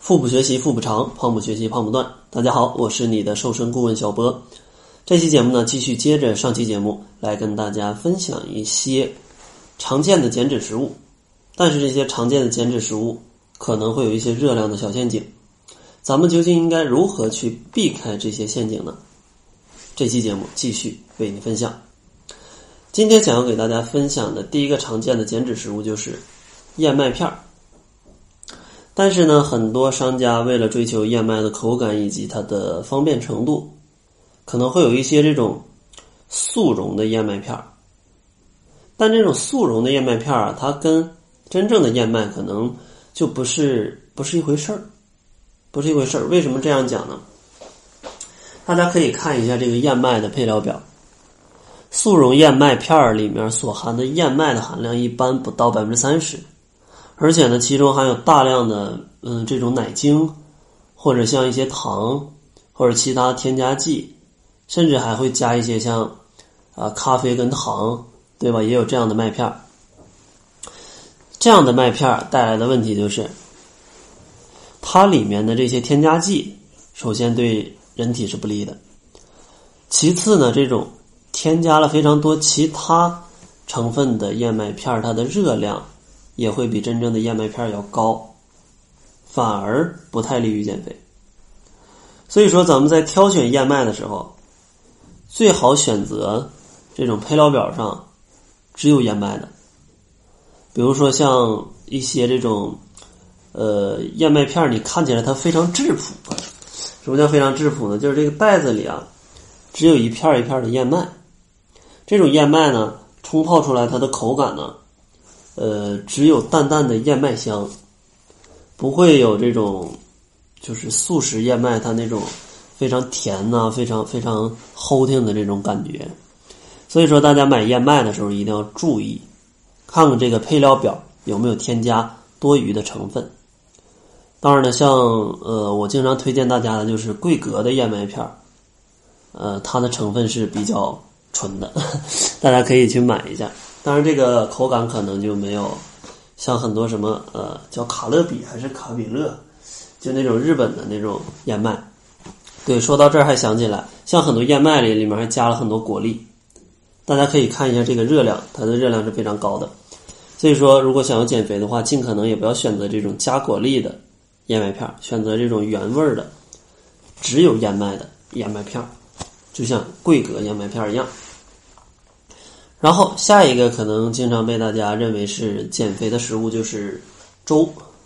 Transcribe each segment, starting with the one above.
腹部学习腹不长，胖不学习胖不断。大家好，我是你的瘦身顾问小波。这期节目呢，继续接着上期节目来跟大家分享一些常见的减脂食物。但是这些常见的减脂食物可能会有一些热量的小陷阱，咱们究竟应该如何去避开这些陷阱呢？这期节目继续为你分享。今天想要给大家分享的第一个常见的减脂食物就是燕麦片。但是呢，很多商家为了追求燕麦的口感以及它的方便程度，可能会有一些这种速溶的燕麦片。但这种速溶的燕麦片啊，它跟真正的燕麦可能就不是一回事儿，不是一回事儿。为什么这样讲呢？大家可以看一下这个燕麦的配料表，速溶燕麦片里面所含的燕麦的含量一般不到 30%， 而且呢，其中含有大量的这种奶精，或者像一些糖或者其他添加剂，甚至还会加一些像咖啡跟糖，对吧？也有这样的麦片。这样的麦片带来的问题就是它里面的这些添加剂首先对人体是不利的，其次呢，这种添加了非常多其他成分的燕麦片，它的热量也会比真正的燕麦片要高，反而不太利于减肥。所以说咱们在挑选燕麦的时候，最好选择这种配料表上只有燕麦的。比如说像一些这种燕麦片，你看起来它非常质朴。什么叫非常质朴呢？就是这个袋子里啊只有一片一片的燕麦。这种燕麦呢冲泡出来它的口感呢只有淡淡的燕麦香，不会有这种就是速食燕麦它那种非常甜啊非常齁挺的这种感觉。所以说大家买燕麦的时候一定要注意看看这个配料表有没有添加多余的成分。当然呢，像我经常推荐大家的就是桂格的燕麦片，它的成分是比较纯的，大家可以去买一下。当然这个口感可能就没有像很多什么叫卡乐比还是卡比乐，就那种日本的那种燕麦。对，说到这儿还想起来，像很多燕麦里面还加了很多果粒，大家可以看一下这个热量，它的热量是非常高的。所以说如果想要减肥的话，尽可能也不要选择这种加果粒的燕麦片，选择这种原味的只有燕麦的燕麦片，就像桂格燕麦片一样。然后下一个可能经常被大家认为是减肥的食物就是粥。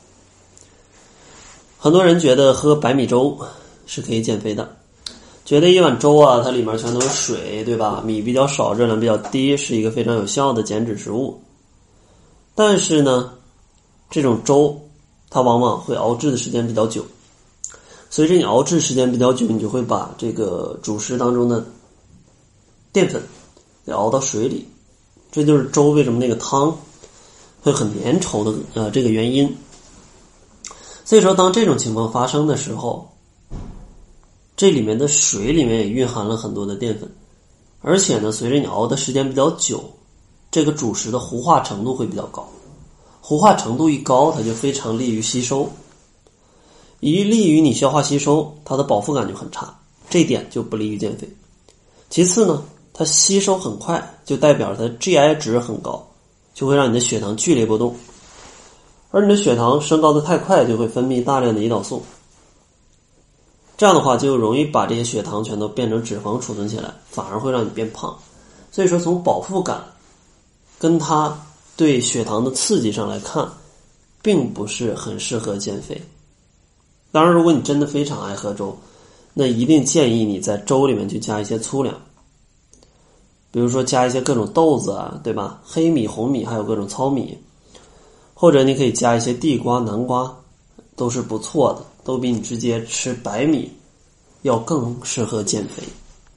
很多人觉得喝白米粥是可以减肥的，觉得一碗粥啊它里面全都是水，对吧？米比较少，热量比较低，是一个非常有效的减脂食物。但是呢，这种粥它往往会熬制的时间比较久，随着你熬制时间比较久，你就会把这个主食当中的淀粉给熬到水里，这就是粥为什么那个汤会很粘稠的这个原因。所以说当这种情况发生的时候，这里面的水里面也蕴含了很多的淀粉，而且呢，随着你熬的时间比较久，这个主食的糊化程度会比较高，糊化程度一高，它就非常利于吸收，一利于你消化吸收，它的饱腹感就很差，这一点就不利于减肥。其次呢，它吸收很快，就代表它 GI 值很高，就会让你的血糖剧烈波动，而你的血糖升高的太快，就会分泌大量的胰岛素，这样的话就容易把这些血糖全都变成脂肪储存起来，反而会让你变胖。所以说从饱腹感跟它对血糖的刺激上来看，并不是很适合减肥。当然如果你真的非常爱喝粥，那一定建议你在粥里面去加一些粗粮，比如说加一些各种豆子啊，对吧？黑米、红米还有各种糙米，或者你可以加一些地瓜、南瓜，都是不错的，都比你直接吃白米要更适合减肥。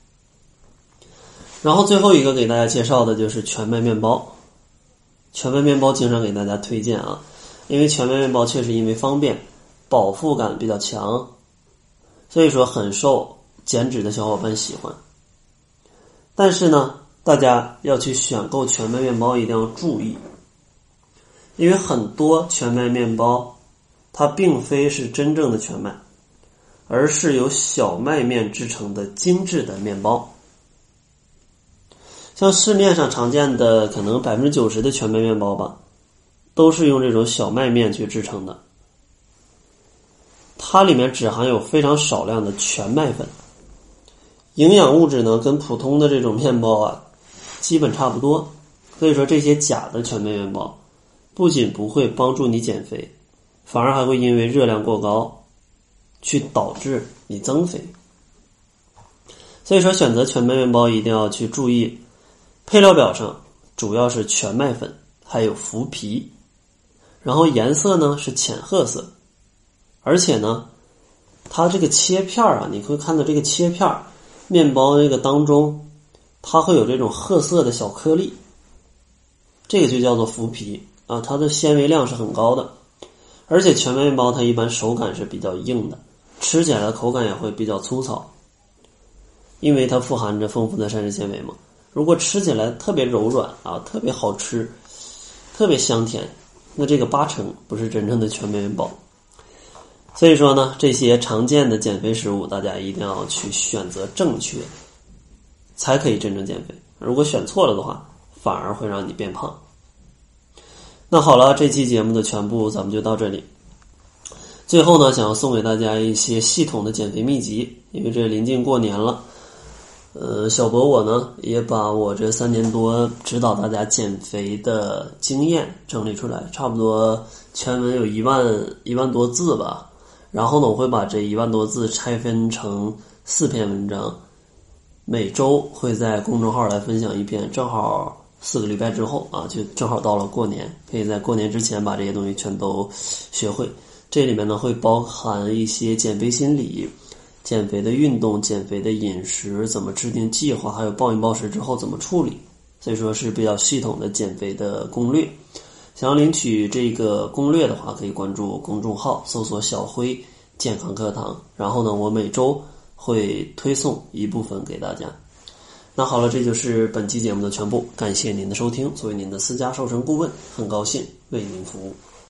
然后最后一个给大家介绍的就是全麦面包。全麦面包经常给大家推荐啊，因为全麦面包确实因为方便，饱腹感比较强，所以说很受减脂的小伙伴喜欢。但是呢，大家要去选购全麦面包一定要注意，因为很多全麦面包它并非是真正的全麦，而是由小麦面制成的精致的面包。像市面上常见的可能 90% 的全麦面包吧，都是用这种小麦面去制成的。它里面只含有非常少量的全麦粉，营养物质呢跟普通的这种面包啊基本差不多。所以说这些假的全麦面包不仅不会帮助你减肥，反而还会因为热量过高去导致你增肥。所以说选择全麦面包一定要去注意，配料表上主要是全麦粉还有麸皮，然后颜色呢是浅褐色，而且呢它这个切片啊，你会看到这个切片面包那个当中它会有这种褐色的小颗粒，这个就叫做麸皮啊，它的纤维量是很高的。而且全麦面包它一般手感是比较硬的，吃起来的口感也会比较粗糙，因为它富含着丰富的膳食纤维嘛。如果吃起来特别柔软啊，特别好吃，特别香甜，那这个80%不是真正的全麦面包。所以说呢，这些常见的减肥食物大家一定要去选择正确，才可以真正减肥。如果选错了的话，反而会让你变胖。那好了，这期节目的全部咱们就到这里。最后呢，想要送给大家一些系统的减肥秘籍，因为这临近过年了。小博我呢也把我这3年多指导大家减肥的经验整理出来，差不多全文有1万多字吧。然后呢，我会把这1万多字拆分成4篇文章，每周会在公众号来分享一篇，正好4个礼拜之后啊，就正好到了过年，可以在过年之前把这些东西全都学会。这里面呢会包含一些减肥心理、减肥的运动、减肥的饮食，怎么制定计划，还有暴饮暴食之后怎么处理，所以说是比较系统的减肥的攻略。想要领取这个攻略的话，可以关注公众号，搜索小辉健康课堂，然后呢我每周会推送一部分给大家。那好了，这就是本期节目的全部，感谢您的收听。作为您的私家瘦身顾问，很高兴为您服务。